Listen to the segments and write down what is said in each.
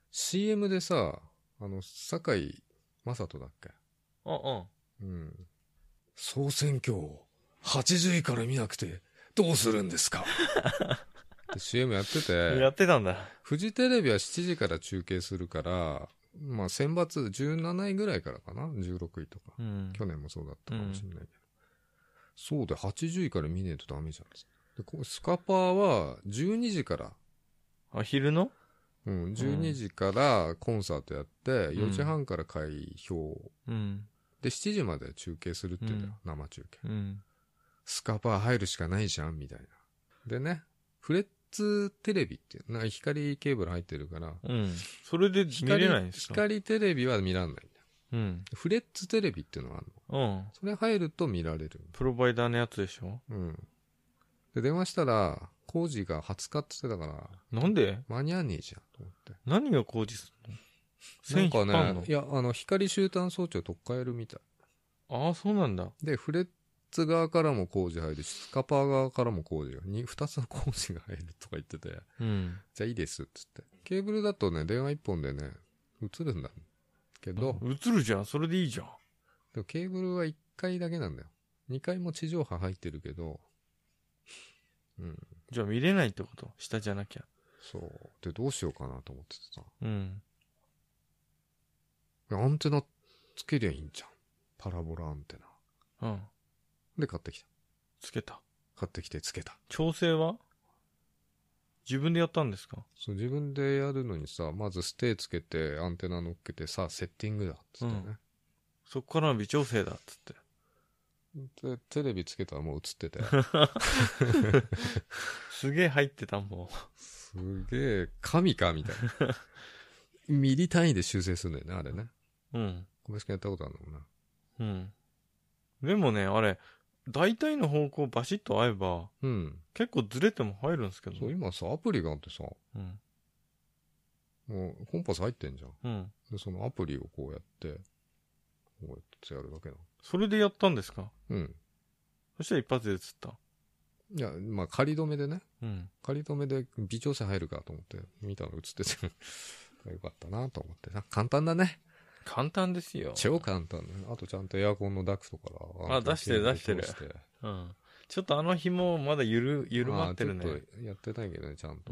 CM でさ、堺雅人だっけ？うん。総選挙を80位から見なくてどうするんですかって CM やってて。 やってたんだ。 フジテレビは7時から中継するから、まあ選抜17位ぐらいからかな ?16 位とか、去年もそうだったかもしれないけど。そうで、80位から見ねえとダメじゃん。でスカパーは12時から。 あ、昼の？ うん、12時からコンサートやって、4時半から開票。で、7時まで中継するって言うんだよ、生中継。スカパー入るしかないじゃん、みたいな。でね、フレッツテレビっていう、なんか光ケーブル入ってるから、 それで見れないんですか？ 光テレビは見らんないんだよ。フレッツテレビっていうのがあるの。それ入ると見られる。 プロバイダーのやつでしょ？ で、電話したら、工事が20日って言ってたから。 なんで？ 間に合わねえじゃん、と思って。 何が工事するの？ なんかね、いや、光集端装置を取っ換えるみたい。 ああ、そうなんだ。 で、フレッツ側からも工事入るし、スカパー側からも工事が、2つの工事が入るとか言ってて、じゃあいいですっつって。ケーブルだとね、電話1本でね、映るんだけど。 映るじゃん、それでいいじゃん。 でもケーブルは1回だけなんだよ。2回も地上波入ってるけど、 じゃあ見れないってこと？下じゃなきゃ。 そう。で、どうしようかなと思っててさ。アンテナつけりゃいいんじゃん。パラボラアンテナ。で、買ってきた。 つけた。 買ってきてつけた。 調整は自分でやったんですか？ そう、自分でやるのにさ、まずステーつけて、アンテナ乗っけてさ、セッティングだっつってね。 そっから微調整だっつって。 で、テレビつけたらもう映ってて。 すげえ入ってたもん。 すげえ、神かみたいな。ミリ単位で修正するんだよね、あれね。小林君やったことあるのもな。 でもね、あれ、大体の方向バシッと合えば、結構ずれても入るんですけど、ね。 そう、今さ、アプリがあってさ、もうコンパス入ってんじゃん。で、そのアプリをこうやって、こうやってやるだけなの。 それでやったんですか？そしたら一発で映った。 いや、まあ仮止めでね。仮止めで微調整入るかと思って見たの映っててよかったなと思ってな。簡単だね。 簡単ですよ。 超簡単ね。あとちゃんとエアコンのダクトから。 出してる。ちょっと紐まだ緩まってるね。 ちょっとやってないけどね、ちゃんと。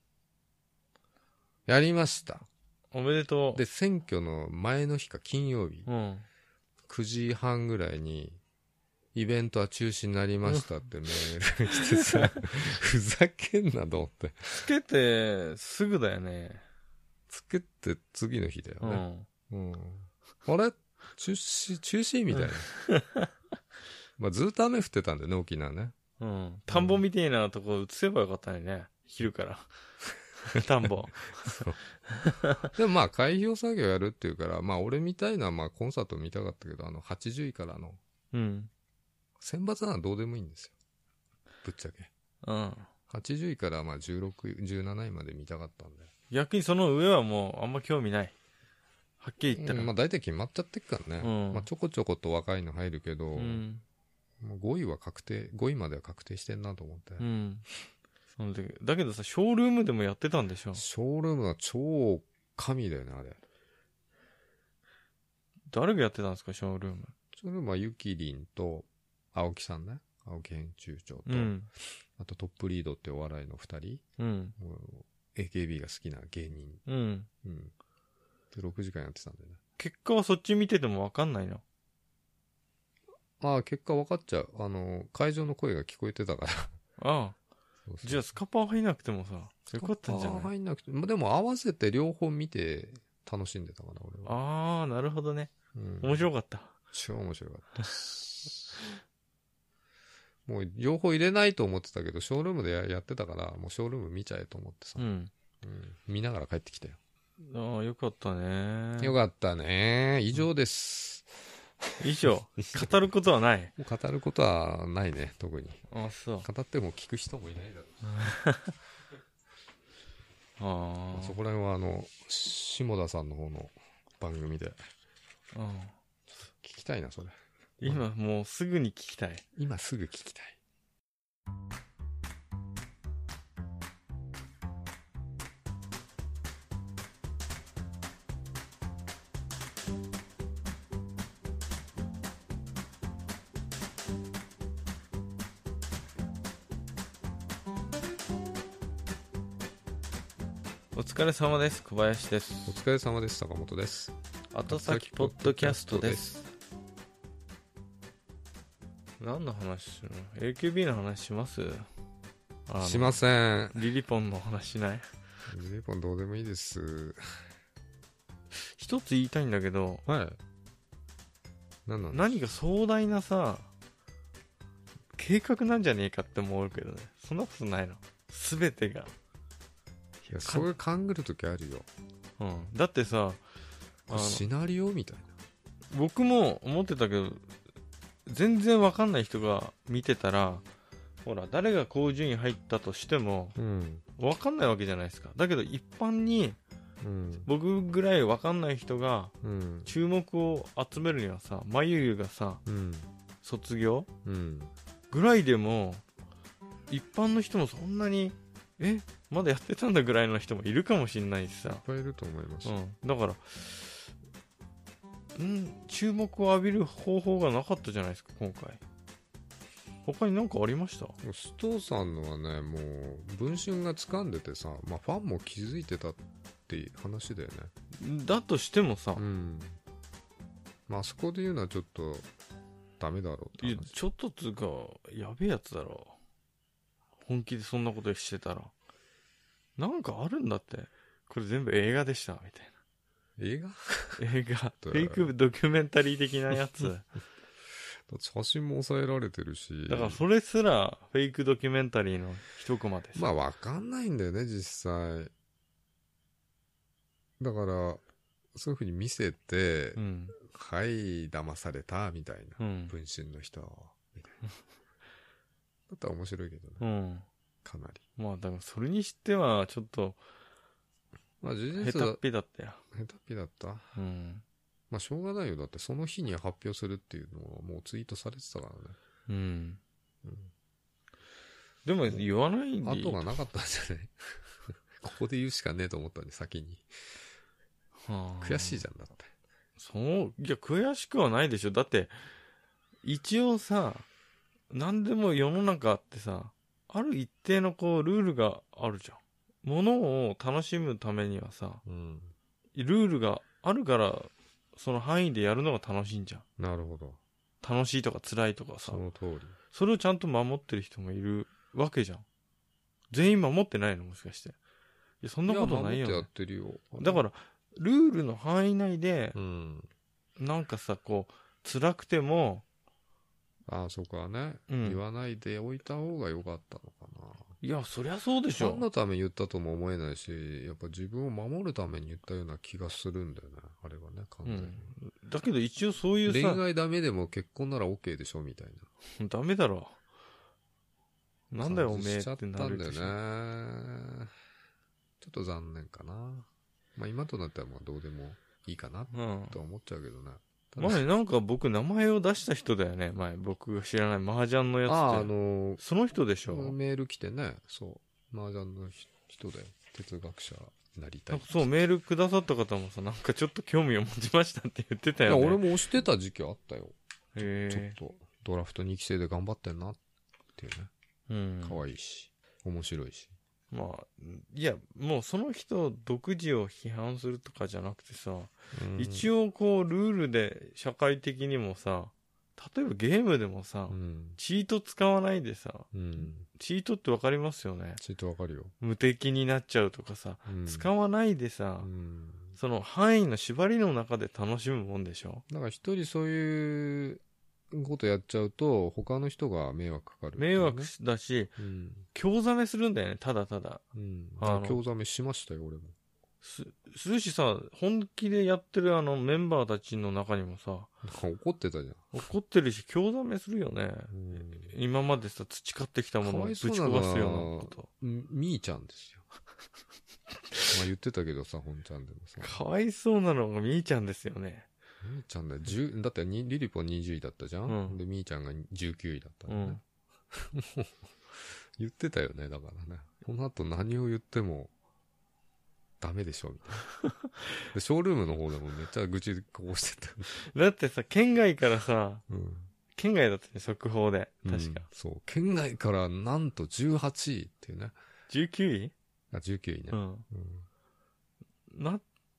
やりました。 おめでとう。 で、選挙の前の日か金曜日。9時半ぐらいに、イベントは中止になりましたってメールが来てさ、ふざけんなと思って。 つけてすぐだよね。 つけて次の日だよね。あれ中止みたいな。まあずっと雨降ってたんだよね、沖縄ね。 田んぼみたいなとこ映せばよかったね。昼から。田んぼ。 でもまあ開票作業やるっていうから、まあ俺みたいなまあコンサート見たかったけど、80位からの。選抜ならどうでもいいんですよ。ぶっちゃけ。80位からまあ16位、17位まで見たかったんで。 逆にその上はもうあんま興味ない。はっきり言ったら。 まあ大体決まっちゃってっからね。まあちょこちょこと若いの入るけど、もう5位は確定、5位までは確定してんなと思って。 だけどさ、ショールームでもやってたんでしょ？ ショールームは超神だよね、あれ。 誰がやってたんですか、ショールーム。 ショールームはゆきりんと、青木さんね。青木編集長と、あとトップリードってお笑いの2人。AKB が好きな芸人。で、6時間やってたんだよね。 結果はそっち見てても分かんないの？ 結果分かっちゃう。会場の声が聞こえてたから。 じゃあスカパー入んなくてもさ、よかったんじゃない？ スカパー入んなくても、でも合わせて両方見て楽しんでたかな、俺は。 なるほどね。面白かった。 超面白かった。もう両方入れないと思ってたけど、ショールームでやってたから、もうショールーム見ちゃえと思ってさ。見ながら帰ってきたよ。 よかったね。 よかったね。以上です。 以上。語ることはない。 もう語ることはないね、特に。 そう。 語っても聞く人もいないだろうし。そこら辺は下田さんの方の番組で。聞きたいな、それ。 今もうすぐに聞きたい。 今すぐ聞きたい。 お疲れ様です。小林です。 お疲れ様です。坂本です。 後先ポッドキャストです。何の話するの？ AKB の話します？ しません。 リリポンの話しない？ リリポンどうでもいいです。 一つ言いたいんだけど、 はい。 何か壮大なさ、計画なんじゃねえかって思うけどね。そんなことないの。すべてが。 いや、そういう勘ぐるときあるよ。 うん。だってさ、 シナリオみたいな。 僕も思ってたけど、全然わかんない人が見てたら、ほら、誰がこう順位入ったとしても、わかんないわけじゃないですか。だけど一般に、僕ぐらいわかんない人が、注目を集めるにはさ、まゆゆがさ、卒業、ぐらいでも、一般の人もそんなに、まだやってたんだぐらいの人もいるかもしれないしさ。いっぱいいると思います。 だから、注目を浴びる方法がなかったじゃないですか、今回。他に何かありました？ 須藤さんのはね、もう、文春が掴んでてさ、まあファンも気づいてたって話だよね。 だとしてもさ、 まあそこで言うのはちょっと、ダメだろうって話。 いや、ちょっとつうか、やべえやつだろ。本気でそんなことしてたら。なんかあるんだって。これ全部映画でした、みたいな。映画フェイクドキュメンタリー的なやつ。 写真も抑えられてるし。 だからそれすらフェイクドキュメンタリーの一コマです。 まあわかんないんだよね、実際。だから、そういう風に見せて、はい、騙された、みたいな。分身の人、みたいな。だったら面白いけどね。かなり。 まあだからそれにしては、ちょっと、 まあ事実下手っぴだったよ。 下手っぴだった？まあしょうがないよ。だってその日に発表するっていうのはもうツイートされてたからね。 でも言わないで。 後がなかったんじゃないここで言うしかねえと思ったんで、先に。悔しいじゃんだって。 そう、いや悔しくはないでしょ。だって、一応さ、何でも世の中ってさ、ある一定のこう、ルールがあるじゃん。ものを楽しむためにはさ、ルールがあるから、その範囲でやるのが楽しいんじゃん。 なるほど。 楽しいとか辛いとかさ。 その通り。 それをちゃんと守ってる人もいるわけじゃん。全員守ってないのもしかして。いや、そんなことないよね。 守ってやってるよ。 だから、ルールの範囲内で、なんかさ、こう、辛くても、 そこはね、言わないでおいた方が良かったのかな。 いや、そりゃそうでしょ。 何のために言ったとも思えないし、やっぱ自分を守るために言ったような気がするんだよね。あれはね、完全に。 だけど一応そういうさ。恋愛ダメでも結婚なら OK でしょみたいな。ダメだろ。なんだよ、おめえってなるでしょ。しちゃったんだよね。 ちょっと残念かな。まあ今となってはまあどうでもいいかなと思っちゃうけどね。 前なんか僕名前を出した人だよね。前僕が知らない麻雀のやつって。その人でしょ。 メール来てね。そう。麻雀の人で哲学者になりたい。 そう、メールくださった方もさ、なんかちょっと興味を持ちましたって言ってたよね。 いや、俺も押してた時期あったよ。 ちょっとドラフト2期生で頑張ってんなっていうね。可愛いし、面白いし。 まあ、いや、もうその人独自を批判するとかじゃなくてさ、一応こうルールで社会的にもさ、例えばゲームでもさ、チート使わないでさ、チートってわかりますよね。 チートわかるよ。 無敵になっちゃうとかさ、使わないでさ、その範囲の縛りの中で楽しむもんでしょ。 だから一人そういうことやっちゃうと他の人が迷惑かかる、 迷惑だし、興ざめするんだよね、ただただ。 興ざめしましたよ俺も。 するしさ、本気でやってるメンバーたちの中にもさ、 怒ってたじゃん。 怒ってるし興ざめするよね。今までさ、培ってきたものをぶち壊すようなこと。 みーちゃんですよ。まあ言ってたけどさ、本ちゃんでもさ。 かわいそうなのがみーちゃんですよね。 みーちゃんだよ。だってリリポン20位だったじゃん、で、みーちゃんが19位だったんだね。言ってたよね、だからね。この後何を言っても、ダメでしょ、みたいな。で、ショールームの方でもめっちゃ愚痴こぼしてた。 だってさ、県外からさ、県外だったね、速報で。確か。 そう。県外からなんと18位っていうね。 19位あ、19位ね。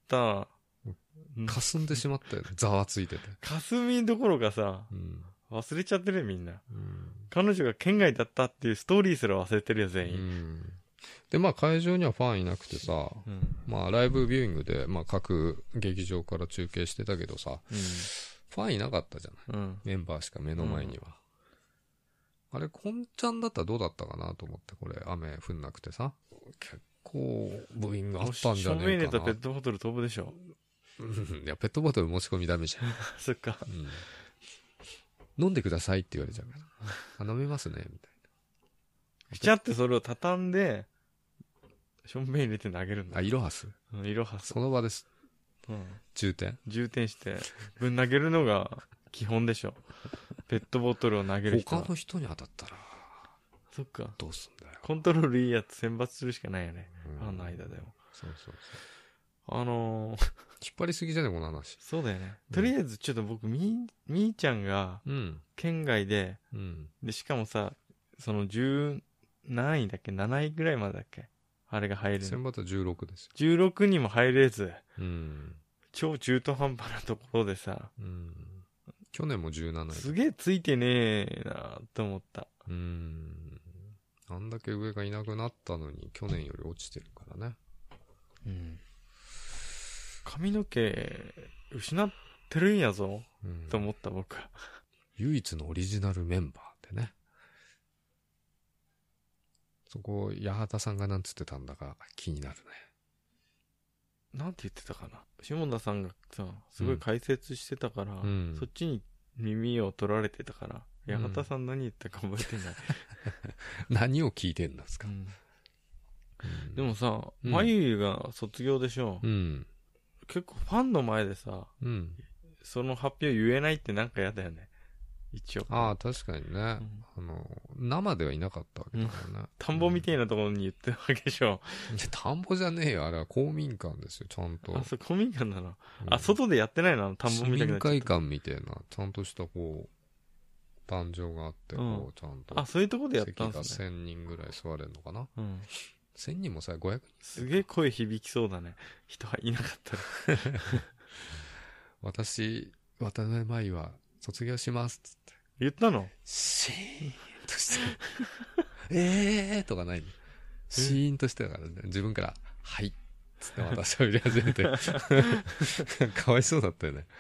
た、 霞んでしまったよね。ざわついてて。 霞どころかさ、忘れちゃってるよみんな。彼女が県外だったっていうストーリーすら忘れてるよ全員。 で、まあ会場にはファンいなくてさ、まあライブビューイングで、まあ各劇場から中継してたけどさ、ファンいなかったじゃない。メンバーしか目の前には。あれ、こんちゃんだったらどうだったかなと思って、これ雨降んなくてさ。結構ブーイングあったんじゃねえかな。正面入れたペットボトル飛ぶでしょ。 いや、ペットボトル持ち込みダメじゃん。 そっか、 飲んでくださいって言われちゃうから。飲めますね、みたいな。 ピチャってそれを畳んで、正面入れて投げるんだ。 イロハス。 イロハス。 その場です。充填して、ぶん投げるのが基本でしょ。ペットボトルを投げる人は。 他の人に当たったら、 そっか。 どうすんだよ。 コントロールいいやつ選抜するしかないよね。ファンの間でも。 そう。 引っ張りすぎじゃねこの話。 そうだよね。とりあえずちょっと僕、みーちゃんが、県外で、で、しかもさ、その10何位だっけ ?7 位ぐらいまでだっけあれが入るの。 選抜は16ですよ。 16にも入れず、超中途半端なところでさ、 去年も17位。 すげえついてねえなと思った。 あんだけ上がいなくなったのに去年より落ちてるからね。 髪の毛失ってるんやぞ、と思った僕は。 唯一のオリジナルメンバーでね。そこ、八幡さんがなんつってたんだか気になるね。 なんて言ってたかな。下田さんがさ、すごい解説してたから、そっちに耳を取られてたから、八幡さん何言ったか覚えてない。 何を聞いてんですか。 でもさ、まゆゆが卒業でしょ。結構ファンの前でさ、その発表言えないってなんか嫌だよね。一応。 ああ、確かにね。生ではいなかったわけだからね。 田んぼみたいなところに言ってるわけでしょ。 いや、田んぼじゃねえよ。あれは公民館ですよ、ちゃんと。 あ、そう、公民館なの。外でやってないの田んぼみたいな。 市民会館みたいな、ちゃんとしたこう、壇上があって、こう、ちゃんと。 そういうとこでやったんですね。 席が1000人ぐらい座れるのかな。1000人もさ、500人。 すげえ声響きそうだね。人はいなかったら。 私、渡辺麻衣は卒業します、つって。 言ったの？ シーンとして。とかないの。シーンとしてだからね。自分から、はい。つってまた喋り始めて。かわいそうだったよね。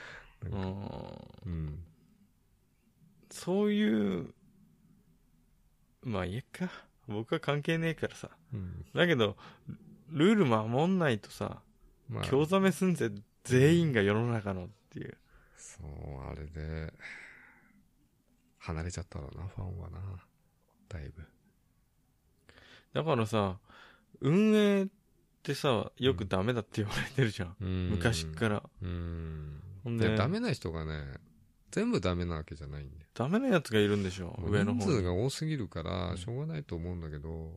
そういう、まあいいか。僕は関係ねえからさ。だけど、ルール守んないとさ、興ざめすんぜ、全員が世の中のっていう。 そう、あれで、離れちゃったろうな、ファンはな。だいぶ。 だからさ、運営ってさ、よくダメだって言われてるじゃん。昔から。 ほんで、ダメな人がね、全部ダメなわけじゃないんで。 ダメなやつがいるんでしょ、上の方に。 人数が多すぎるから、しょうがないと思うんだけど、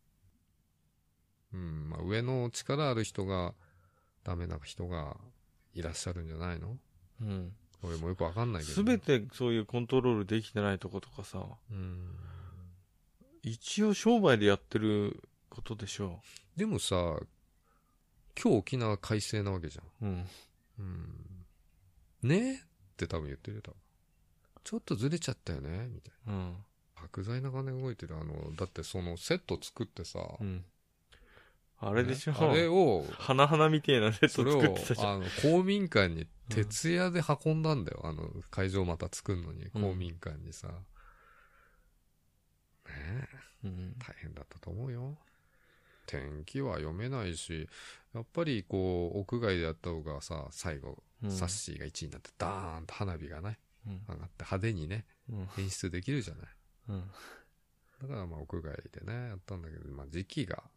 まあ上の力ある人が、ダメな人がいらっしゃるんじゃないの？俺もよくわかんないけど。 すべてそういうコントロールできてないとことかさ、一応商売でやってることでしょ。 でもさ、今日沖縄快晴なわけじゃん。ねって多分言ってるよ、多分。ちょっとずれちゃったよねみたいな。莫大な金動いてる。だってそのセット作ってさ、 あれでしょ、 あれを、 花みたいなセット作ってたじゃん。 公民館に徹夜で運んだんだよ。会場また作るのに、公民館にさ。ねえ、大変だったと思うよ。天気は読めないし、やっぱりこう、屋外でやった方がさ、最後、サッシーが1位になって、ダーンと花火がね、上がって派手にね、演出できるじゃない。だからまあ屋外でね、やったんだけど、まあ時期が、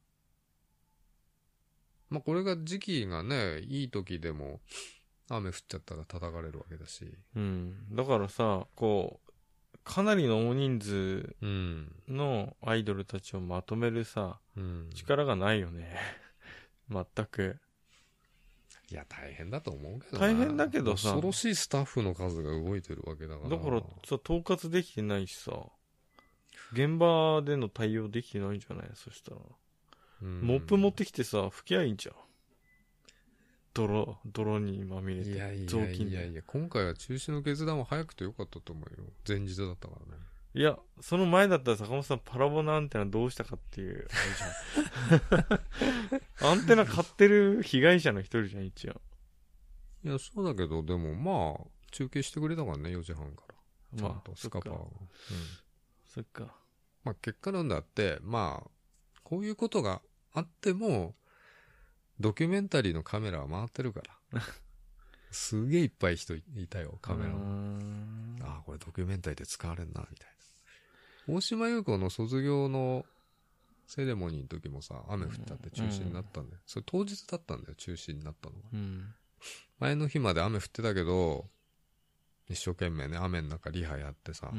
まあこれが時期がね、いい時でも、雨降っちゃったら叩かれるわけだし。 だからさ、こう、かなりの大人数のアイドルたちをまとめるさ、力がないよね。全く。 いや、大変だと思うけどな。 大変だけどさ。 恐ろしいスタッフの数が動いてるわけだから。 だからさ、統括できてないしさ、現場での対応できてないんじゃない？そしたら。モップ持ってきてさ、拭きゃいいんじゃん。 泥にまみれて。 いや、今回は中止の決断は早くてよかったと思うよ。前日だったからね。 いや、その前だったら坂本さんパラボナアンテナどうしたかっていう、あれじゃん。アンテナ買ってる被害者の一人じゃん、一応。 いや、そうだけど、でもまあ、中継してくれたからね、4時半から。ちゃんと、スカパーが。 そっか。 まあ、結果論だって、まあ、こういうことがあっても、ドキュメンタリーのカメラは回ってるから。すげえいっぱい人いたよ、カメラは。ああ、これドキュメンタリーで使われんな、みたいな。大島優子の卒業のセレモニーの時もさ、雨降ったって中止になったんだよ。それ当日だったんだよ、中止になったのが。前の日まで雨降ってたけど、一生懸命ね、雨の中リハやってさ。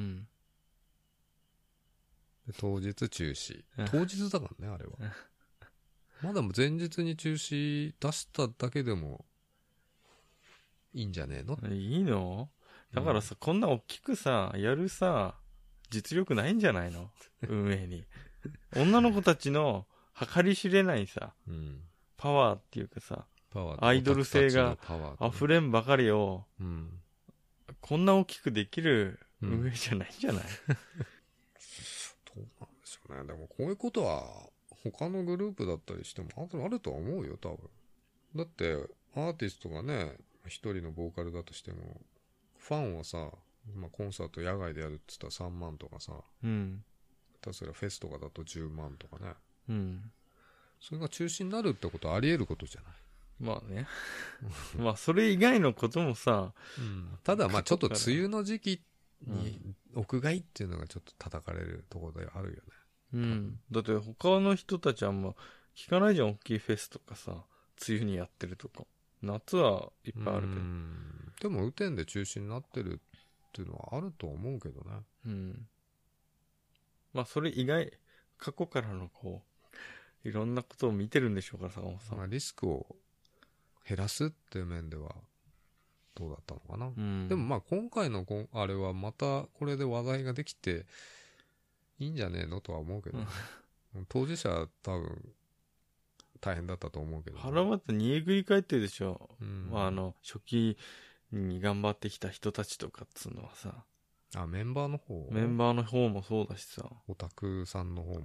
で当日中止。当日だからね、あれは。まだ前日に中止出しただけでもいいんじゃねえの？ いいの？だからさ、こんな大きくさ、やるさ、実力ないんじゃないの？運営に。女の子たちの計り知れないさ、パワーっていうかさ、アイドル性が溢れんばかりを、こんな大きくできる運営じゃないんじゃない？ どうなんでしょうね。でもこういうことは、他のグループだったりしてもあるとは思うよ、多分。だって、アーティストがね、一人のボーカルだとしても、ファンはさ、まあ、コンサート野外でやるって言ったら3万とかさ、たすらフェスとかだと10万とかね。それが中止になるってことはあり得ることじゃない。 まあね。まあ、それ以外のこともさ、 ただまあちょっと梅雨の時期に屋外っていうのがちょっと叩かれるところであるよね。 だって他の人たちはあんま聞かないじゃん、大きいフェスとかさ、梅雨にやってるとか。夏はいっぱいあるけど。 でも雨天で中止になってるっていうのはあると思うけどね。 まあそれ以外、過去からのこう、いろんなことを見てるんでしょうから、坂本さん。 まあリスクを減らすっていう面ではどうだったのかな。でもまあ今回のあれはまたこれで話題ができていいんじゃねえのとは思うけど、当事者は多分大変だったと思うけど、 腹また煮えくり返ってるでしょ。まあ初期に頑張ってきた人たちとかっつうのはさ。 メンバーの方もそうだしさ。 オタクさんの方も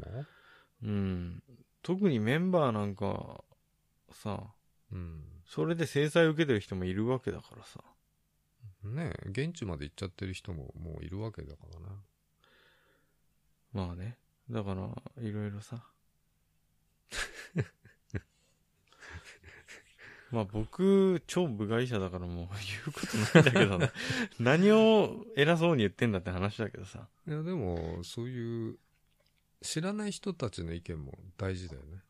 特にメンバーなんかさ、それで制裁を受けてる人もいるわけだからさ。 ねえ、現地まで行っちゃってる人ももういるわけだからな。 まあね。だから、いろいろさ。まあ僕、超部外者だからもう言うことないんだけどね。何を偉そうに言ってんだって話だけどさ。 いやでも、そういう、知らない人たちの意見も大事だよね。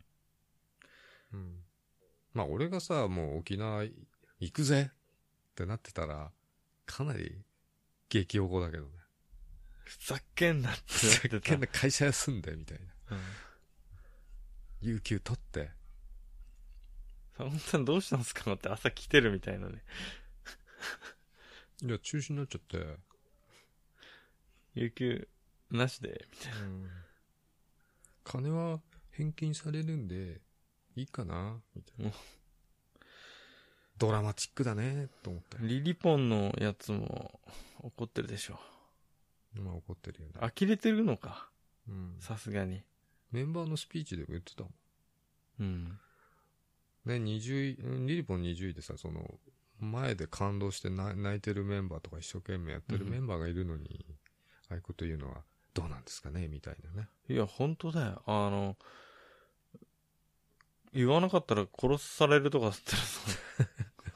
まあ俺がさ、もう沖縄行くぜってなってたら、かなり激おこだけどね。 ふざけんなってふざけんな、会社休んでみたいな。有給取って。 坂本さんどうしたんですかって朝来てるみたいなね。 いや、中止になっちゃって。 有給なしでみたいな。 金は返金されるんで、いいかなみたいな。ドラマチックだねと思って。 リリポンのやつも怒ってるでしょ。 まあ怒ってるよね。 呆れてるのか。さすがに。 メンバーのスピーチでも言ってたもん。ね、リリポン20位でさ、その、前で感動して泣いてるメンバーとか一生懸命やってるメンバーがいるのに、ああいうこと言うのはどうなんですかねみたいなね。 いや、本当だよ。言わなかったら殺されるとかだったらさ、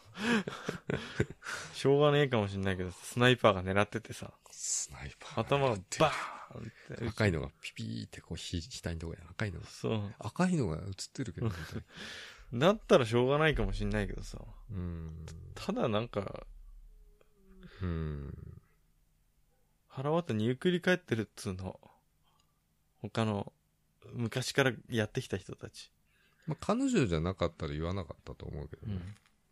しょうがねえかもしんないけど、スナイパーが狙っててさ、 スナイパー頭がバーンって。 赤いのがピピーってこう額のところに赤いのが。 そう。 赤いのが映ってるけど、本当に。 だったらしょうがないかもしんないけどさ。ただなんか、腹渡にゆっくり返ってるっつうの。他の、昔からやってきた人たち。 まあ、彼女じゃなかったら言わなかったと思うけどね。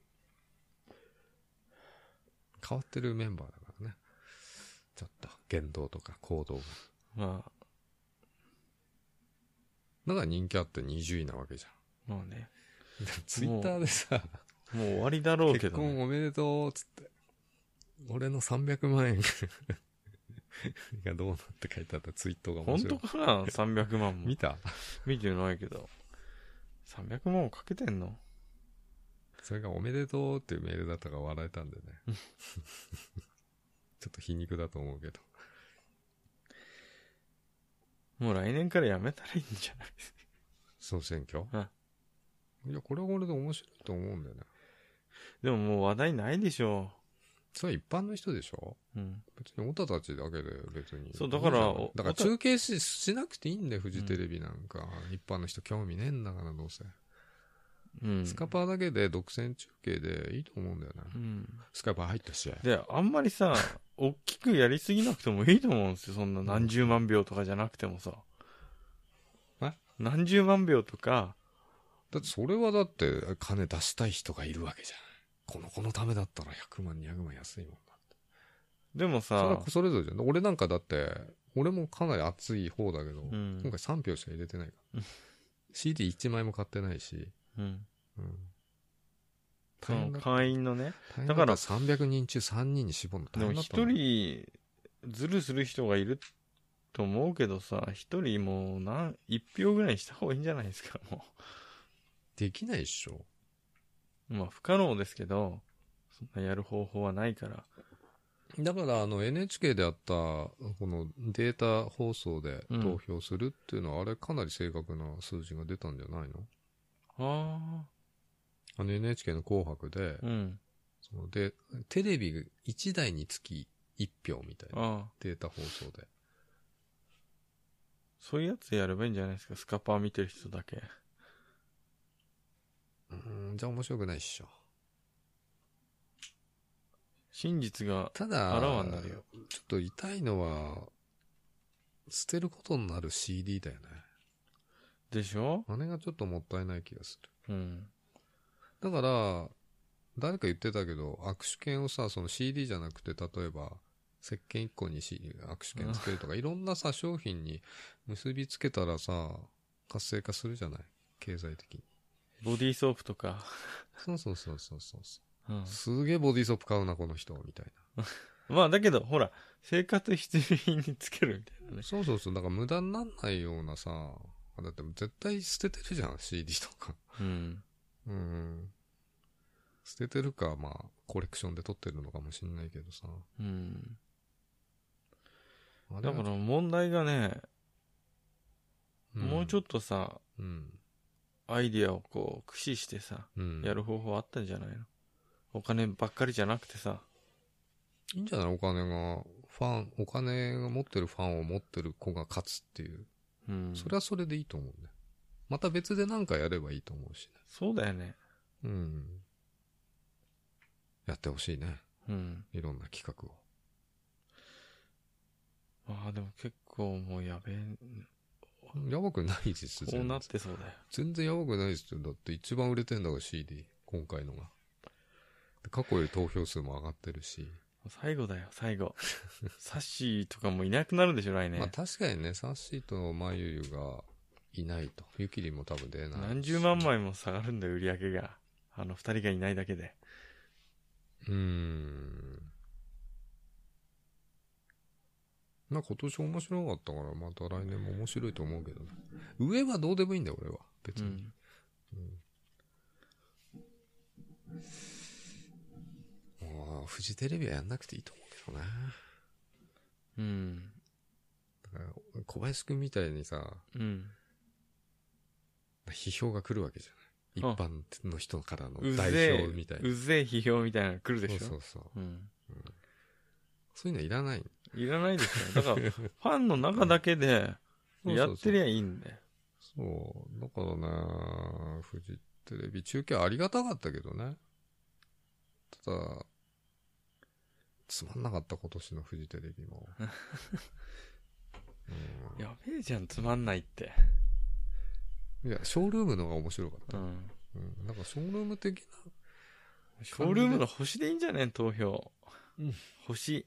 変わってるメンバーだからね。ちょっと、言動とか行動が。 まあ。 だから人気あって20位なわけじゃん。 まあね。 ツイッターでさ、 もう終わりだろうけど、ね。 結婚おめでとう、つって。俺の300万円がどうなって書いてあったツイートが面白い。 本当かな ?300 万も。 見た？ 見てないけど。300万もかけてんの？ それがおめでとうっていうメールだったから笑えたんでね。ちょっと皮肉だと思うけど。 もう来年からやめたらいいんじゃない？ 総選挙？ うん。 いや、これはこれで面白いと思うんだよね。 でももう話題ないでしょ。 それは一般の人でしょ？ うん。 別にオタたちだけで別に。 そう、だから、 だから中継しなくていいんだよ、フジテレビなんか。一般の人興味ねえんだからどうせ。 うん。 スカパーだけで独占中継でいいと思うんだよね。 うん。 スカパー入った試合。 で、あんまりさ、大きくやりすぎなくてもいいと思うんですよ。そんな何十万秒とかじゃなくてもさ。何十万秒とか。 だってそれはだって金出したい人がいるわけじゃん。このためだったら100万、200万安いもんだって。 でもさ、 それはそれぞれじゃん。俺なんかだって、俺もかなり熱い方だけど、 うん、 今回3票しか入れてないから。CD1 枚も買ってないし。 うん。 うん。 その会員のね。 だから300人中3人に絞るの大変だったでも一人ズルする人がいると思うけどさ、一人もう1票ぐらいにした方がいいんじゃないですか、もう。 できないっしょ。 まあ不可能ですけど、そんなやる方法はないから。 だからNHK であったこのデータ放送で投票するっていうのは、あれかなり正確な数字が出たんじゃないの？NHK の紅白で、 うん、 でテレビ1台につき1票みたいなデータ放送で。 そういうやつやればいいんじゃないですか、スカパー見てる人だけ。 じゃあ面白くないっしょ。 真実がただあらわになるよ。 ちょっと痛いのは捨てることになる CD だよね。 でしょ？ あれがちょっともったいない気がする。うん。 だから誰か言ってたけど、握手券をさ、その CD じゃなくて、例えば石鹸1個に握手券つけるとか、いろんなさ商品に結びつけたらさ、活性化するじゃない、経済的に。 ボディーソープとか。 そう、うん、すげえボディーソープ買うなこの人みたいな。 まあだけどほら、生活必需品につけるみたいなね。 そう、だから無駄になんないようなさ、だって絶対捨ててるじゃん CD とか。うん。捨ててるか、まあコレクションで撮ってるのかもしんないけどさ。うん。 だから問題がね、もうちょっとさ、アイディアをこう駆使してさ、やる方法あったんじゃないの？お金ばっかりじゃなくてさ。 いいんじゃない？お金が持ってるファンを持ってる子が勝つっていう。それはそれでいいと思うんだよ。また別で何かやればいいと思うしね。 そうだよね。 やってほしいね。いろんな企画を。 ああ、でも結構もうやべえ。 やばくないですよ。 こうなってそうだよ。 全然やばくないですよ。だって一番売れてんだから CD、今回のが。過去より投票数も上がってるし。 最後だよ、最後。サッシーとかもいなくなるでしょ、来年。 まあ確かにね、サッシーとマユユがいないと。ユキリも多分出ない。 何十万枚も下がるんだよ、売り上げが。二人がいないだけで。 まあ今年面白かったから、また来年も面白いと思うけどね。上はどうでもいいんだよ、俺は。別に。もう、フジテレビはやんなくていいと思うけどね。だから、小林くんみたいにさ、批評が来るわけじゃない。一般の人からの代表みたいな。 うぜえ批評みたいなの来るでしょ。 そう。そういうのいらない。 いらないですよ。だから、ファンの中だけで、やってりゃいいんで。 そう。だからね、フジテレビ中継ありがたかったけどね。ただ、つまんなかった今年のフジテレビも。 やべえじゃん、つまんないって。 いや、ショールームの方が面白かった。なんかショールーム的な。 ショールームの星でいいんじゃねん、投票。星。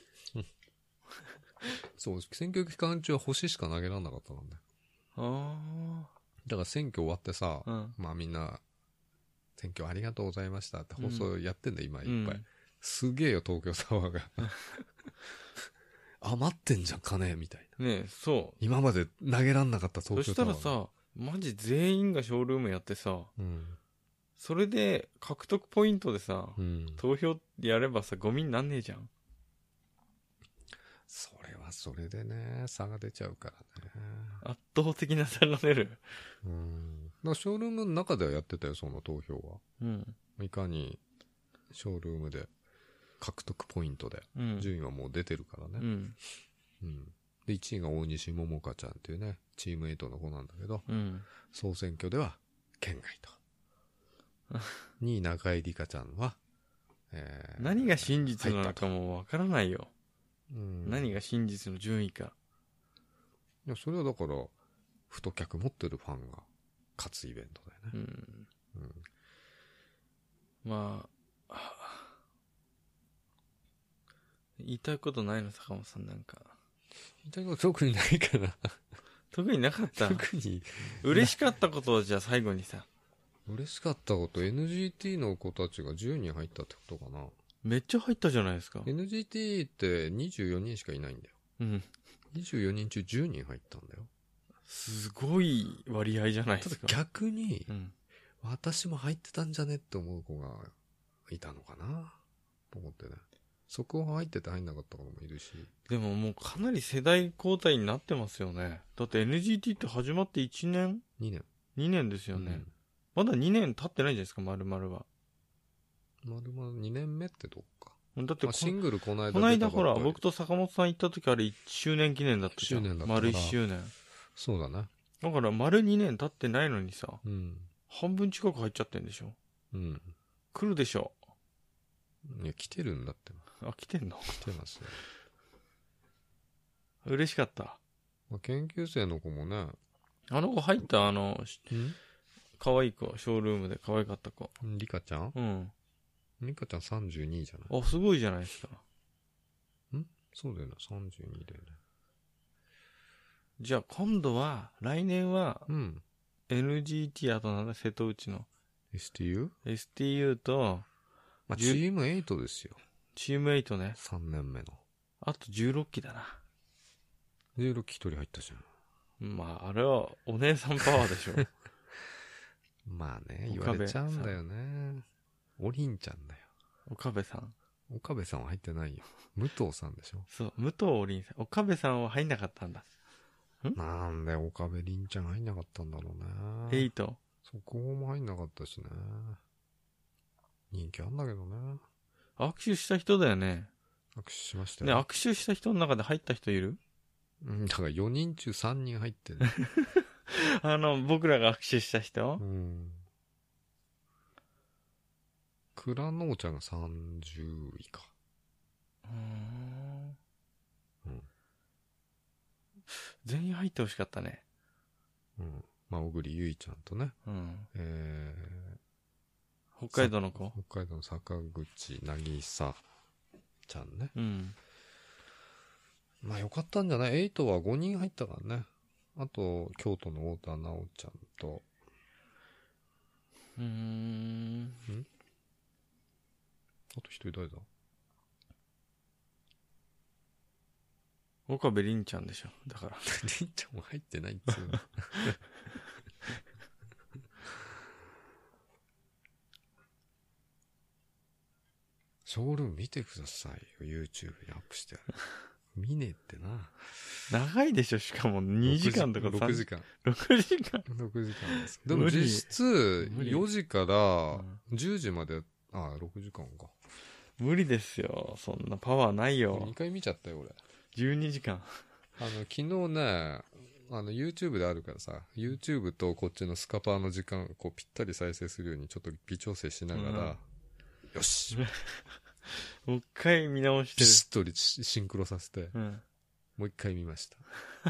そう、選挙期間中は星しか投げられなかったもんね。だから選挙終わってさ、まあみんな、 選挙ありがとうございましたって放送やってんだよ、今いっぱい。すげえよ、東京タワーが。余ってんじゃん、金、みたいな。 ねえ、そう。 今まで投げらんなかった東京タワー。 そしたらさ、マジ全員がショールームやってさ、それで獲得ポイントでさ、投票やればさ、ゴミになんねえじゃん。 それはそれでね、差が出ちゃうからね。 圧倒的な差が出る。 だからショールームの中ではやってたよ、その投票は。いかに、ショールームで獲得ポイントで、順位はもう出てるからね。で、1位が大西桃香ちゃんっていうね、チーム8の子なんだけど、総選挙では県外と。2位中井里香ちゃんは、 何が真実なのかもわからないよ。何が真実の順位か。 いや、それはだから、太客持ってるファンが勝つイベントだよね。 まあ、言いたいことないの、坂本さんなんか。 言いたいこと特にないかな。 特になかった。 特に。 嬉しかったことをじゃあ最後にさ。 嬉しかったこと、NGT の子たちが10人入ったってことかな。 めっちゃ入ったじゃないですか。 NGT って24人しかいないんだよ。24人中10人入ったんだよ。 すごい割合じゃないですか。 ただ逆に、私も入ってたんじゃねって思う子がいたのかなと思ってね。そこ入ってて入んなかった子もいるし。 でももうかなり世代交代になってますよね。だって NGT って始まって1年 ?2 年。 2年ですよね。まだ2年経ってないじゃないですか、丸々は。 丸々2年目ってどっか。 だってシングルこの間この間ほら、僕と坂本さん行った時あれ1周年記念だったじゃん。 1周年だった丸1周年。 そうだね。 だから丸2年経ってないのにさ、半分近く入っちゃってんでしょ。来るでしょ。 いや、来てるんだって。 あ、来てんの？ 来てますよ。 嬉しかった。 研究生の子もね。 あの子入った可愛い子、ショールームで可愛かった子。 リカちゃん？リカちゃん32じゃない？ あ、すごいじゃないですか。 そうだよね、32だよね。 じゃあ今度は、来年は、NGT、あとなんだ、瀬戸内の。STU と、 まあ、チーム8ですよ。 チーム8ね。 3年目の。 あと16期だな。 16期1人入ったじゃん。まあ、あれはお姉さんパワーでしょ。 まあね、言われちゃうんだよね。おりんちゃんだよ。 岡部さん。 岡部さんは入ってないよ。武藤さんでしょ。 そう、武藤おりんさん。岡部さんは入んなかったんだ。 なんで岡部りんちゃん入んなかったんだろうね。 8。 そこも入んなかったしね。人気あんだけどね。 握手した人だよね。 握手しましたよ。 ね、握手した人の中で入った人いる？ だから4人中3人入ってる。 僕らが握手した人？ 倉野ちゃんが30位か。 全員入ってほしかったね。 まあ、小栗ゆいちゃんとね。 北海道の子？ 北海道の坂口渚ちゃんね。まあよかったんじゃない？ 8 は5人入ったからね。あと、京都の太田直ちゃんと。あと一人誰だ？ 岡部凛ちゃんでしょ。だから。 凛ちゃんも入ってないっつうの。ショールーム見てくださいよ。YouTube にアップしてある。見ねえってな。 長いでしょ、しかも2時間とか 6時間。 6時間 ?6 時間です。でも実質4時から10時まで、6時間か。 無理ですよ。そんなパワーないよ。 2回見ちゃったよ、俺。 12時間。 昨日ね、YouTube であるからさ、YouTube とこっちのスカパーの時間、こうぴったり再生するようにちょっと微調整しながら、よしもう一回見直してる。 ビシッとシンクロさせて、もう一回見ました。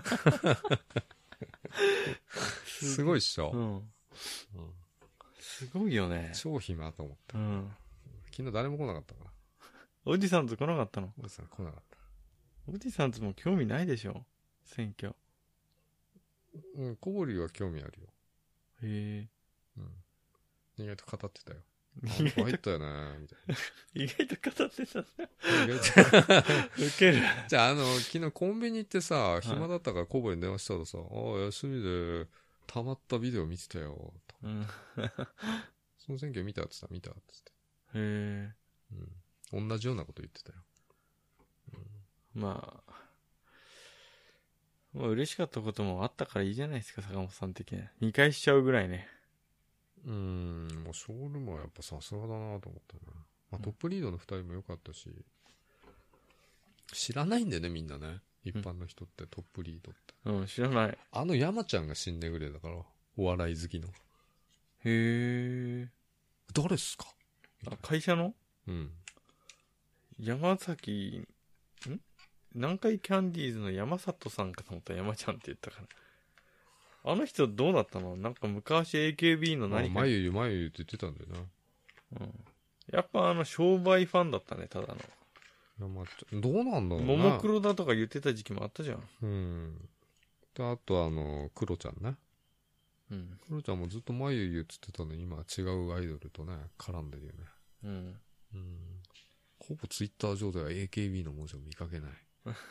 すごいっしょ、 すごいよね。 超暇と思った。昨日誰も来なかったから。 おじさんと来なかったの？ おじさん来なかった。 おじさんとも興味ないでしょ、選挙。 小堀は興味あるよ。 へえ。 意外と語ってたよ。入ったよね、みたいな。 意外と語ってたんだ。ウケる。 じゃあ、昨日コンビニ行ってさ、暇だったからコボに電話したらさ、休みで溜まったビデオ見てたよ。うん、その選挙見たって言ったら見たって言って。へえ。うん。同じようなこと言ってたよ。 うん、まあ、もう嬉しかったこともあったからいいじゃないですか、坂本さん的には。見返しちゃうぐらいね。 もうショールームはやっぱさすがだなと思ったね。まあ、トップリードの2人も良かったし、知らないんだよね、みんなね。一般の人って、トップリードって。 うん、知らない。 山ちゃんが死んでくれだから、お笑い好きの。 へえ。 誰っすか？ 会社の？うん。山崎、南海キャンディーズの山里さんかと思ったら山ちゃんって言ったから。あの人どうなったの？なんか昔 AKB の何か。 眉って言ってたんだよな。 うん。やっぱ商売ファンだったね、ただの。 どうなんだろうな。 ももクロだとか言ってた時期もあったじゃん。 うん。で、あとクロちゃんね。うん。クロちゃんもずっと眉言ってたのに、今は違うアイドルとね、絡んでるよね。うん。うん。ほぼツイッター上では AKB の文字を見かけない。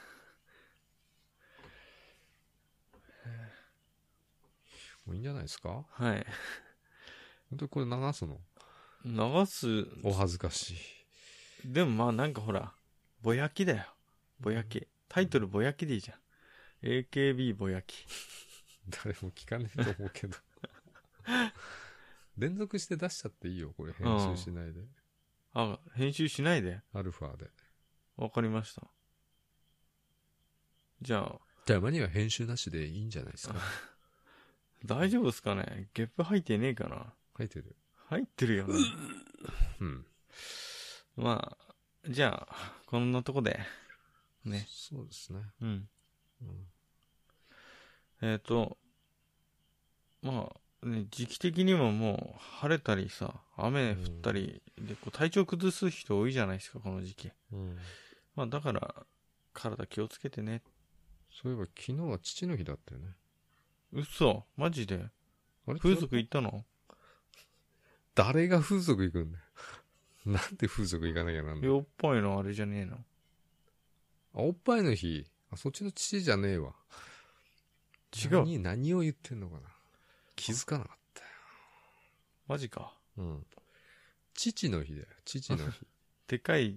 もういいんじゃないですか？はい。本当にこれ流すの？ 流す。 お恥ずかしい。 でもまあなんかほら、ぼやきだよ。ぼやき。タイトルぼやきでいいじゃん。AKB ぼやき。 誰も聞かねえと思うけど。連続して出しちゃっていいよ、これ編集しないで。 あ、編集しないで？ アルファで。 わかりました。じゃあ。 たまには編集なしでいいんじゃないですか。 大丈夫ですかね？ゲップ入ってねえかな？ 入ってる。 入ってるよね。うん。まあ、じゃあ、こんなとこで。ね。 そうですね。うん。 まあ、ね、時期的にももう晴れたりさ、雨降ったりで、体調崩す人多いじゃないですか、この時期。うん。まあだから、体気をつけてね。 そういえば昨日は父の日だったよね。 嘘？マジで？あれ風俗行ったの？ 誰が風俗行くんだよ。なんで風俗行かなきゃなんだよ。 おっぱいのあれじゃねえの？ おっぱいの日。そっちの父じゃねえわ。違う。何を言ってんのかな。気づかなかったよ。 マジか。うん。 父の日だよ。父の日。 でかい。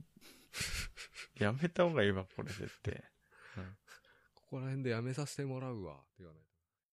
やめた方がいいわ、これ絶対。 ここら辺でやめさせてもらうわ。って言わないと。